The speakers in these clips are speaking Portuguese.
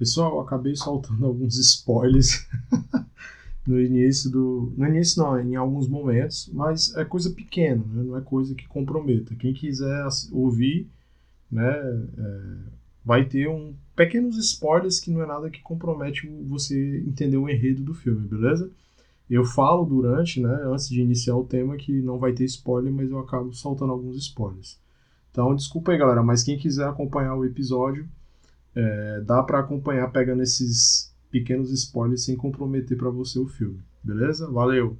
Pessoal, eu acabei soltando alguns spoilers no início do... No início não, em alguns momentos, mas é coisa pequena, né? Não é coisa que comprometa. Quem quiser ouvir, né, vai ter pequenos spoilers que não é nada que compromete você entender o enredo do filme, beleza? Eu falo durante, né, antes de iniciar o tema, que não vai ter spoiler, mas eu acabo soltando alguns spoilers. Então, desculpa aí, galera, mas quem quiser acompanhar o episódio, dá para acompanhar pegando esses pequenos spoilers sem comprometer para você o filme, beleza? Valeu!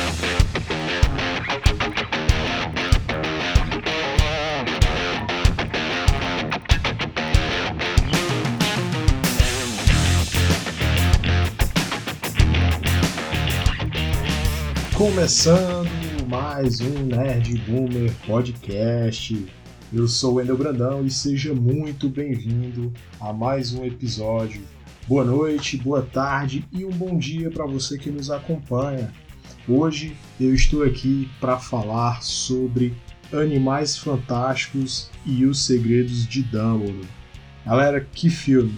Começando mais um Nerd Boomer Podcast. Eu sou o Wendel Brandão e seja muito bem-vindo a mais um episódio. Boa noite, boa tarde e um bom dia para você que nos acompanha. Hoje eu estou aqui para falar sobre Animais Fantásticos e os Segredos de Dumbledore. Galera, que filme!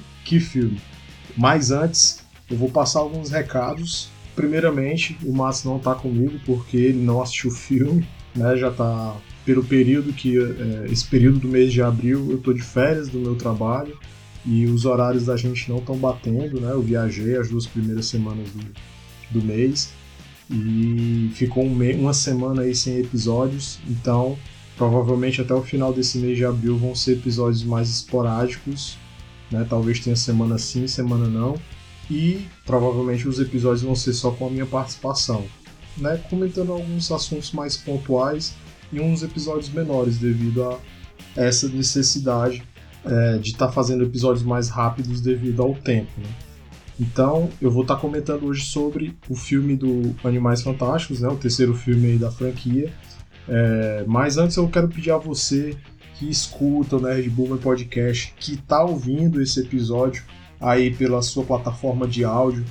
Mas antes, eu vou passar alguns recados. Primeiramente, o Márcio não está comigo porque ele não assistiu o filme, né? Já está pelo período esse período do mês de abril, eu estou de férias do meu trabalho e os horários da gente não estão batendo, né? Eu viajei as 2 primeiras semanas do mês e ficou uma semana aí sem episódios, então provavelmente até o final desse mês de abril vão ser episódios mais esporádicos, né? Talvez tenha semana sim, semana não. E provavelmente os episódios vão ser só com a minha participação, né? Comentando alguns assuntos mais pontuais e uns episódios menores devido a essa necessidade de estar fazendo episódios mais rápidos devido ao tempo, né? Então eu vou estar comentando hoje sobre o filme do Animais Fantásticos, né? O terceiro filme aí da franquia. Mas antes eu quero pedir a você que escuta o Nerd Boomer Podcast, que está ouvindo esse episódio aí pela sua plataforma de áudio,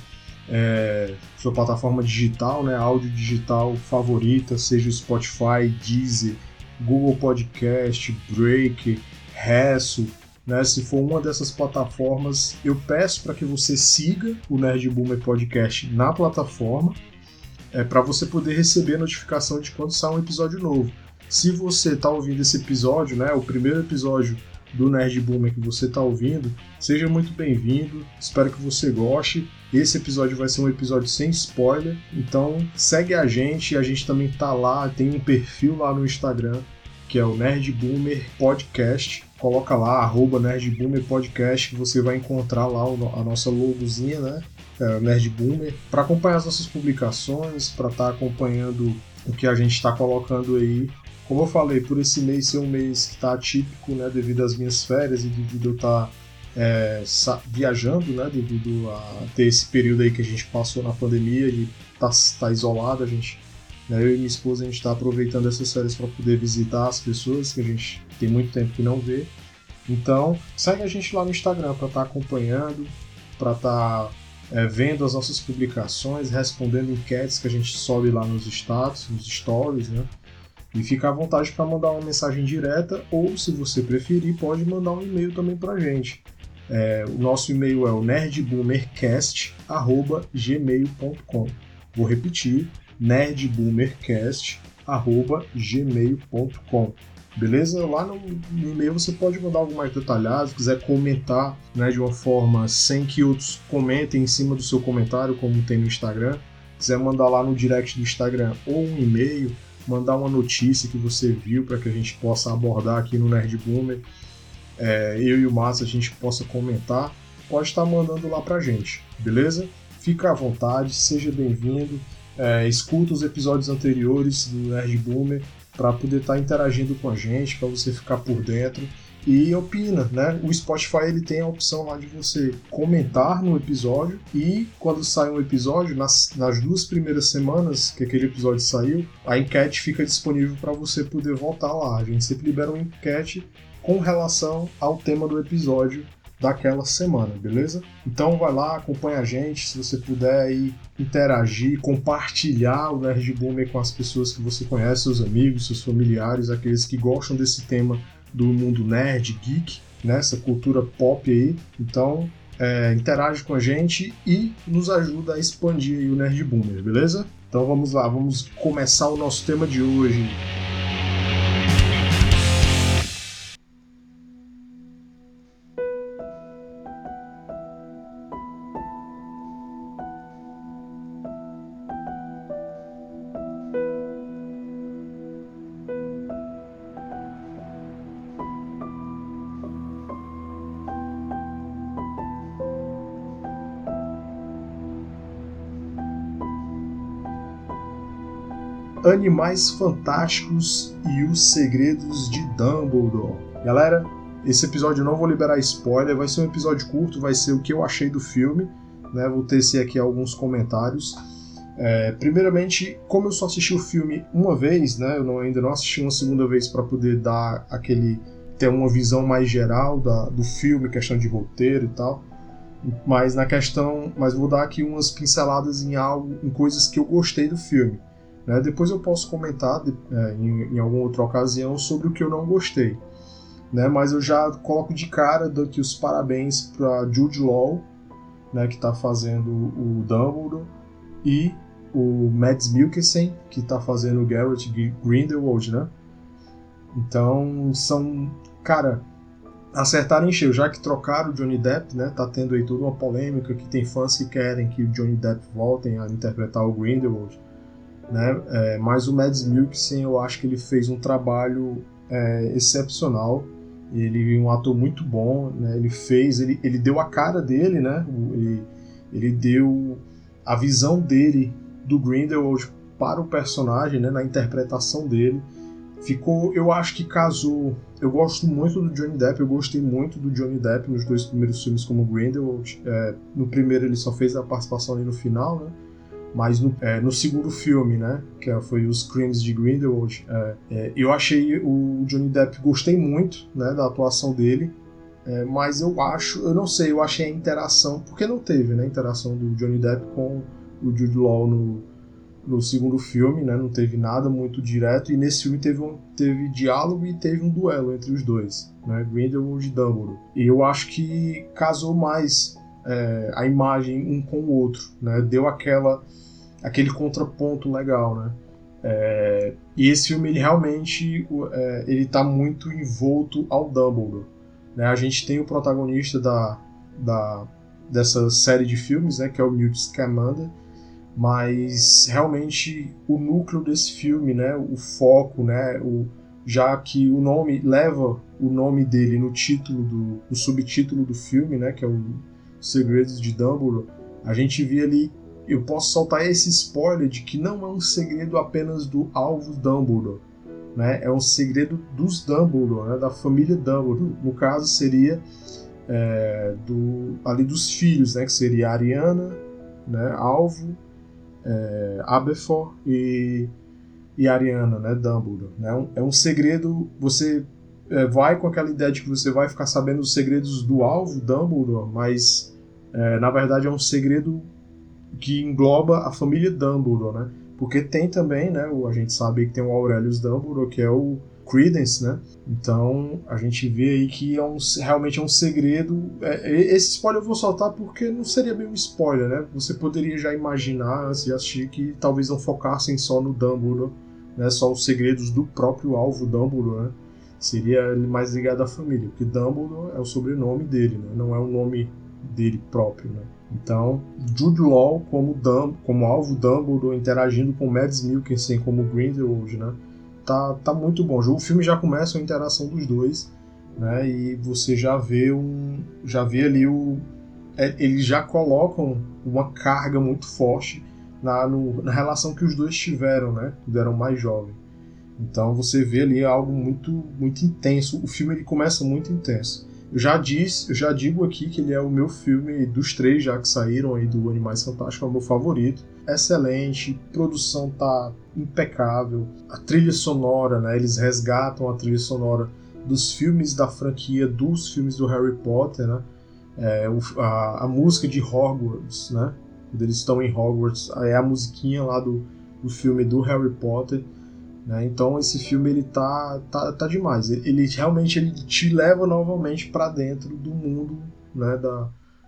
sua plataforma digital, né, áudio digital favorita, seja o Spotify, Deezer, Google Podcast, Breaker, Resso, né, se for uma dessas plataformas, eu peço para que você siga o Nerd Boomer Podcast na plataforma, para você poder receber notificação de quando sai um episódio novo. Se você está ouvindo esse episódio, né, o primeiro episódio do Nerd Boomer que você está ouvindo, seja muito bem-vindo, espero que você goste. Esse episódio vai ser um episódio sem spoiler, então segue a gente também tá lá, tem um perfil lá no Instagram, que é o Nerd Boomer Podcast, coloca lá, @Nerd Boomer Podcast, que você vai encontrar lá a nossa logozinha, né, Nerd Boomer, para acompanhar as nossas publicações, para estar acompanhando o que a gente está colocando aí. Como eu falei, por esse mês ser um mês que está atípico, né, devido às minhas férias e devido a eu estar viajando, né, devido a ter esse período aí que a gente passou na pandemia e tá isolado, né, eu e minha esposa, a gente está aproveitando essas férias para poder visitar as pessoas que a gente tem muito tempo que não vê. Então, segue a gente lá no Instagram para estar acompanhando, para estar vendo as nossas publicações, respondendo enquetes que a gente sobe lá nos status, nos stories, né? E fica à vontade para mandar uma mensagem direta ou, se você preferir, pode mandar um e-mail também para a gente. O nosso e-mail é o nerdboomercast@gmail.com. Vou repetir, nerdboomercast@gmail.com. Beleza? Lá no e-mail você pode mandar algo mais detalhado, se quiser comentar, né, de uma forma sem que outros comentem em cima do seu comentário, como tem no Instagram. Se quiser mandar lá no direct do Instagram ou um e-mail, mandar uma notícia que você viu para que a gente possa abordar aqui no Nerd Boomer, eu e o Márcio a gente possa comentar, pode estar mandando lá pra gente, beleza? Fica à vontade, seja bem-vindo, escuta os episódios anteriores do Nerd Boomer para poder estar interagindo com a gente, para você ficar por dentro e opina, né? O Spotify ele tem a opção lá de você comentar no episódio e quando sai um episódio, nas 2 primeiras semanas que aquele episódio saiu, a enquete fica disponível para você poder votar lá. A gente sempre libera uma enquete com relação ao tema do episódio daquela semana, beleza? Então vai lá, acompanha a gente, se você puder aí interagir, compartilhar o Nerd Boomer com as pessoas que você conhece, seus amigos, seus familiares, aqueles que gostam desse tema do mundo nerd, geek, né, essa cultura pop aí. Então, interage com a gente e nos ajuda a expandir aí o Nerd Boomer, beleza? Então vamos lá, vamos começar o nosso tema de hoje. Animais Fantásticos e os Segredos de Dumbledore. Galera, esse episódio eu não vou liberar spoiler, vai ser um episódio curto, vai ser o que eu achei do filme, né? Vou tecer aqui alguns comentários. Primeiramente, como eu só assisti o filme uma vez, né? Eu ainda não assisti uma segunda vez para poder ter uma visão mais geral do filme, questão de roteiro e tal. Mas vou dar aqui umas pinceladas em coisas que eu gostei do filme. Depois eu posso comentar em alguma outra ocasião sobre o que eu não gostei. Mas eu já coloco de cara, dou aqui os parabéns para Jude Law, que está fazendo o Dumbledore, e o Mads Mikkelsen, que está fazendo o Garrett Grindelwald, né? Então, acertaram em cheio, já que trocaram o Johnny Depp, né? Tá tendo aí toda uma polêmica, que tem fãs que querem que o Johnny Depp voltem a interpretar o Grindelwald. Mas o Mads Mikkelsen, eu acho que ele fez um trabalho excepcional. Ele é um ator muito bom, né? Ele deu a cara dele, né? Ele deu a visão dele do Grindelwald para o personagem, né? Na interpretação dele. Eu acho que casou. Eu gosto muito do Johnny Depp, eu gostei muito do Johnny Depp nos 2 primeiros filmes como Grindelwald. No primeiro ele só fez a participação ali no final, né? Mas no segundo filme, né, que foi Os Crimes de Grindelwald, eu achei o Johnny Depp, gostei muito, né, da atuação dele, mas eu achei a interação, porque não teve, né, interação do Johnny Depp com o Jude Law no segundo filme, né, não teve nada muito direto, e nesse filme teve diálogo e teve um duelo entre os dois, né, Grindelwald e Dumbledore. E eu acho que casou mais a imagem um com o outro, né, deu aquele contraponto legal, né? E esse filme, ele realmente ele tá muito envolto ao Dumbledore, né? A gente tem o protagonista dessa série de filmes, né, que é o Newt Scamander, mas realmente o núcleo desse filme, né, o foco, né, já que o nome leva o nome dele no subtítulo do filme, né, que é o Segredos de Dumbledore, a gente vê ali. Eu posso soltar esse spoiler de que não é um segredo apenas do Alvus Dumbledore, né? É um segredo dos Dumbledore, né? Da família Dumbledore. No caso seria ali dos filhos, né? Que seria Ariana, né? Alvo, Aberforth e Ariana, né? Dumbledore. Né? É um segredo. Você vai com aquela ideia de que você vai ficar sabendo os segredos do Alvo Dumbledore, mas na verdade é um segredo que engloba a família Dumbledore, né? Porque tem também, né? A gente sabe que tem o Aurelius Dumbledore, que é o Credence, né? Então a gente vê aí que realmente é um segredo. Esse spoiler eu vou soltar porque não seria bem um spoiler, né? Você poderia já imaginar antes de assistir que talvez não focassem só no Dumbledore, né? Só os segredos do próprio alvo Dumbledore, né? Seria mais ligado à família, porque Dumbledore é o sobrenome dele, né? Não é o nome dele próprio, né? Então, Jude Law como alvo Dumbledore interagindo com Mads Mikkelsen como Grindelwald, né? Tá muito bom. O filme já começa a interação dos dois, né? E você já vê ali eles já colocam uma carga muito forte na relação que os dois tiveram, né? Quando eram mais jovens. Então você vê ali algo muito, muito intenso. O filme ele começa muito intenso. Eu já digo aqui que ele é o meu filme dos 3 já que saíram aí do Animais Fantásticos, é o meu favorito. Excelente, produção tá impecável, a trilha sonora, né? Eles resgatam a trilha sonora dos filmes da franquia, dos filmes do Harry Potter, né? A música de Hogwarts, né? Quando eles estão em Hogwarts, é a musiquinha lá do filme do Harry Potter. Né? Então esse filme ele tá demais. Ele realmente te leva novamente para dentro do mundo, né,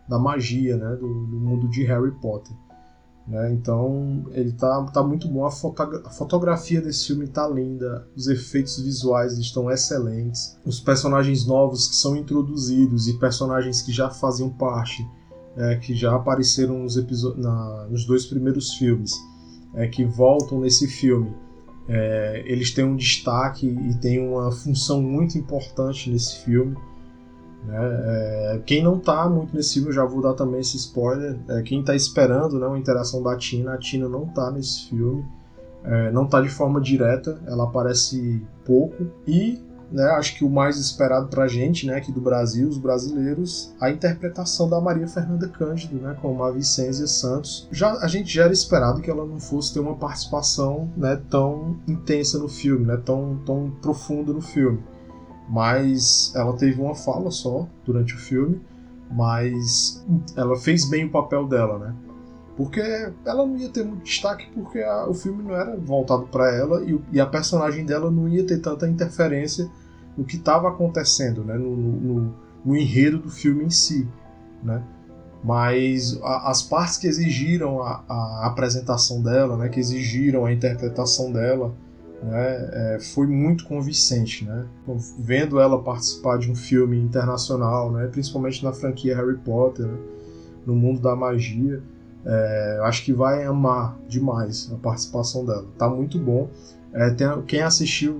da magia, né, do mundo de Harry Potter. Né? Então ele tá muito bom, a fotografia desse filme tá linda, os efeitos visuais estão excelentes, os personagens novos que são introduzidos e personagens que já faziam parte, que já apareceram nos 2 primeiros filmes, que voltam nesse filme, eles têm um destaque e têm uma função muito importante nesse filme. Né? Quem não tá muito nesse filme, eu já vou dar também esse spoiler, quem tá esperando, né, uma interação da Tina, a Tina não tá nesse filme, não tá de forma direta, ela aparece pouco, e né, acho que o mais esperado pra gente, né, aqui do Brasil, os brasileiros, a interpretação da Maria Fernanda Cândido, né, como a Vicência Santos. A gente já era esperado que ela não fosse ter uma participação, né, tão intensa no filme, né, tão profunda no filme. Mas ela teve uma fala só durante o filme, mas ela fez bem o papel dela, né? Porque ela não ia ter muito destaque, porque o filme não era voltado para ela e a personagem dela não ia ter tanta interferência no que estava acontecendo, né? No enredo do filme em si, né? Mas as partes que exigiram a apresentação dela, né? Que exigiram a interpretação dela, né, foi muito convincente, né? Vendo ela participar de um filme internacional, né, principalmente na franquia Harry Potter, né, no mundo da magia, acho que vai amar demais a participação dela. Tá muito bom. Quem assistiu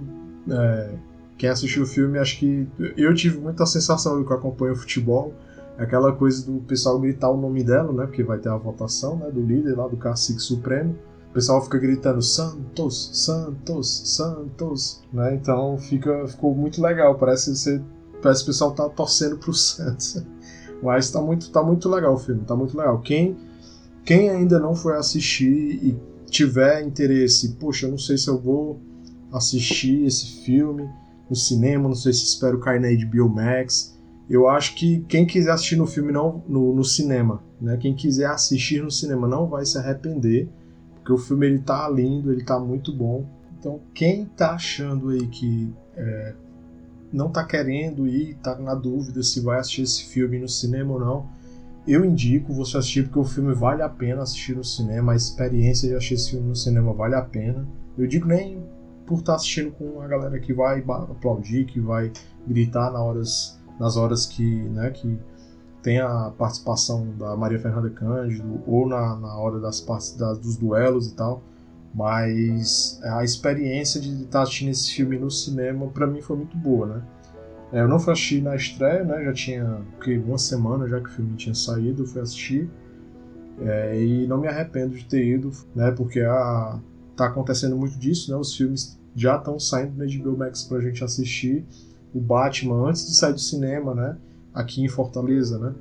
o filme, acho que eu tive muita sensação que eu acompanho o futebol, aquela coisa do pessoal gritar o nome dela, né, porque vai ter a votação, né, do líder lá, do Cacique Supremo. O pessoal fica gritando Santos, Santos, Santos, né? Então ficou muito legal. Parece que o pessoal tá torcendo pro Santos. Mas tá muito legal o filme, tá muito legal. Quem ainda não foi assistir e tiver interesse, poxa, eu não sei se eu vou assistir esse filme no cinema, não sei se espero cair na HBO Max. Eu acho que quem quiser assistir no filme no cinema, né? Quem quiser assistir no cinema não vai se arrepender. Porque o filme ele tá lindo, ele tá muito bom. Então, quem tá achando aí que não tá querendo ir, tá na dúvida se vai assistir esse filme no cinema ou não, eu indico você assistir, porque o filme vale a pena assistir no cinema, a experiência de assistir esse filme no cinema vale a pena. Eu digo nem por estar assistindo com a galera que vai aplaudir, que vai gritar nas horas que, né, que tem a participação da Maria Fernanda Cândido, ou na hora das partes dos duelos e tal, mas a experiência de estar assistindo esse filme no cinema, pra mim, foi muito boa, né? Eu não fui assistir na estreia, né? Já tinha uma semana já que o filme tinha saído, eu fui assistir, e não me arrependo de ter ido, né? Porque tá acontecendo muito disso, né? Os filmes já estão saindo na HBO Max pra gente assistir. O Batman, antes de sair do cinema, né? Aqui em Fortaleza, né?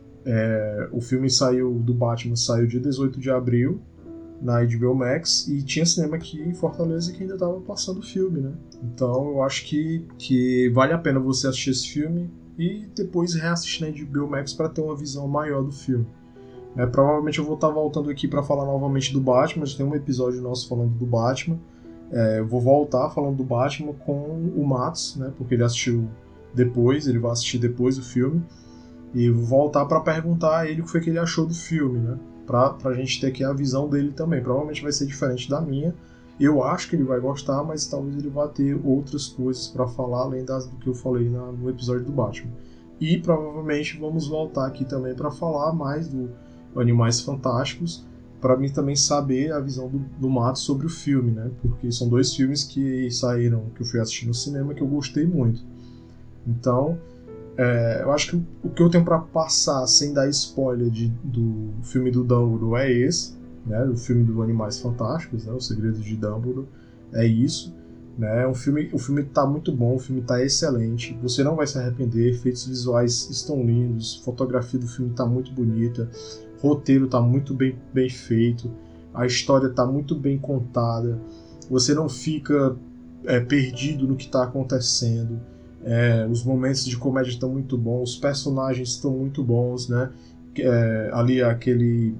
O filme do Batman saiu dia 18 de abril na HBO Max e tinha cinema aqui em Fortaleza que ainda estava passando o filme, né? Então eu acho que vale a pena você assistir esse filme e depois reassistir na HBO Max para ter uma visão maior do filme. Provavelmente eu vou estar voltando aqui para falar novamente do Batman, já tem um episódio nosso falando do Batman. Eu vou voltar falando do Batman com o Matos, né? Porque ele assistiu depois, ele vai assistir depois o filme. E vou voltar para perguntar a ele o que foi que ele achou do filme, né? Pra gente ter aqui a visão dele também. Provavelmente vai ser diferente da minha. Eu acho que ele vai gostar, mas talvez ele vá ter outras coisas para falar além do que eu falei no episódio do Batman. E provavelmente vamos voltar aqui também para falar mais do Animais Fantásticos, para mim também saber a visão do Matos sobre o filme, né? Porque são 2 filmes que saíram, que eu fui assistir no cinema, que eu gostei muito. Então, eu acho que o que eu tenho para passar sem dar spoiler do filme do Dumbledore é esse, né? Do filme do Animais Fantásticos, né? Os Segredos de Dumbledore, é isso. Né? O filme tá muito bom, o filme tá excelente, você não vai se arrepender, efeitos visuais estão lindos, a fotografia do filme tá muito bonita, o roteiro tá muito bem feito, a história tá muito bem contada, você não fica perdido no que tá acontecendo, os momentos de comédia estão muito bons, os personagens estão muito bons, né? Ali aquele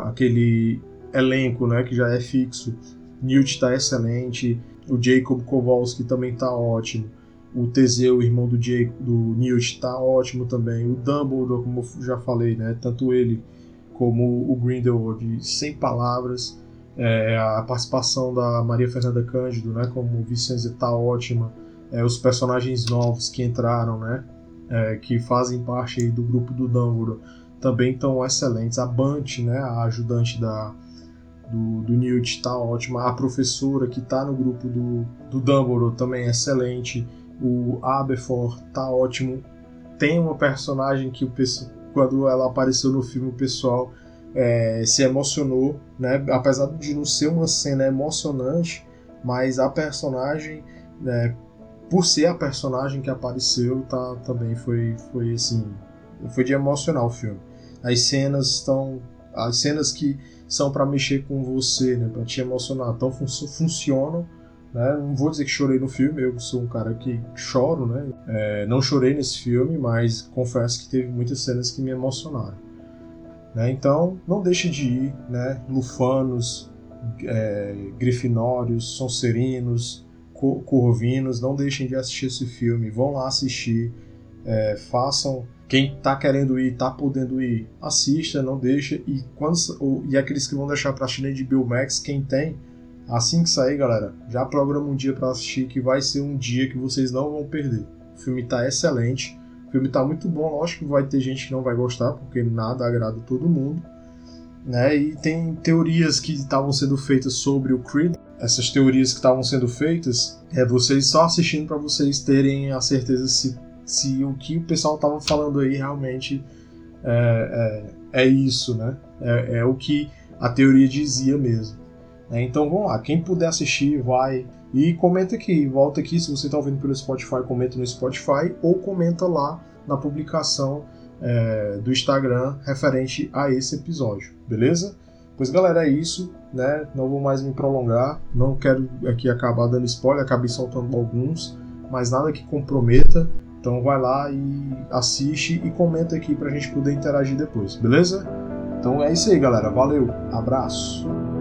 elenco, né, que já é fixo, Newt tá excelente, o Jacob Kowalski também tá ótimo, O Teseu, o irmão do Newt, tá ótimo também. O Dumbledore, como eu já falei, né? Tanto ele como o Grindelwald, sem palavras. A participação da Maria Fernanda Cândido, né? Como Vicência, tá ótima. Os personagens novos que entraram, né? Que fazem parte aí do grupo do Dumbledore, também estão excelentes. A Bunch, né? A ajudante do Newt, tá ótima. A professora que tá no grupo do Dumbledore também é excelente. O Aberforth tá ótimo. Tem uma personagem que quando ela apareceu no filme, o pessoal se emocionou, né? Apesar de não ser uma cena emocionante, mas a personagem, né, por ser a personagem que apareceu, também foi assim, foi de emocionar o filme. As cenas que são para mexer com você, né, para te emocionar, então funcionam. Né? Não vou dizer que chorei no filme, eu sou um cara que choro, né? Não chorei nesse filme, mas confesso que teve muitas cenas que me emocionaram. Né? Então, não deixe de ir, né? Lufanos, Grifinórios, Sonserinos, Corvinos, não deixem de assistir esse filme, vão lá assistir, façam. Quem tá querendo ir, tá podendo ir, assista, não deixa. E aqueles que vão deixar pra assistir de HBO Max, quem tem, assim que sair, galera, já programa um dia para assistir, que vai ser um dia que vocês não vão perder. O filme tá excelente, o filme tá muito bom. Lógico que vai ter gente que não vai gostar, porque nada agrada todo mundo, né? E tem teorias que estavam sendo feitas sobre o Creed. Essas teorias que estavam sendo feitas, vocês só assistindo para vocês terem a certeza se o que o pessoal tava falando aí realmente é isso, né? É o que a teoria dizia mesmo. Então vamos lá, quem puder assistir, vai e comenta aqui, volta aqui, se você está ouvindo pelo Spotify, comenta no Spotify ou comenta lá na publicação do Instagram referente a esse episódio, beleza? Pois galera, é isso, né? Não vou mais me prolongar, não quero aqui acabar dando spoiler, acabei soltando alguns, mas nada que comprometa, então vai lá e assiste e comenta aqui pra gente poder interagir depois, beleza? Então é isso aí galera, valeu, abraço!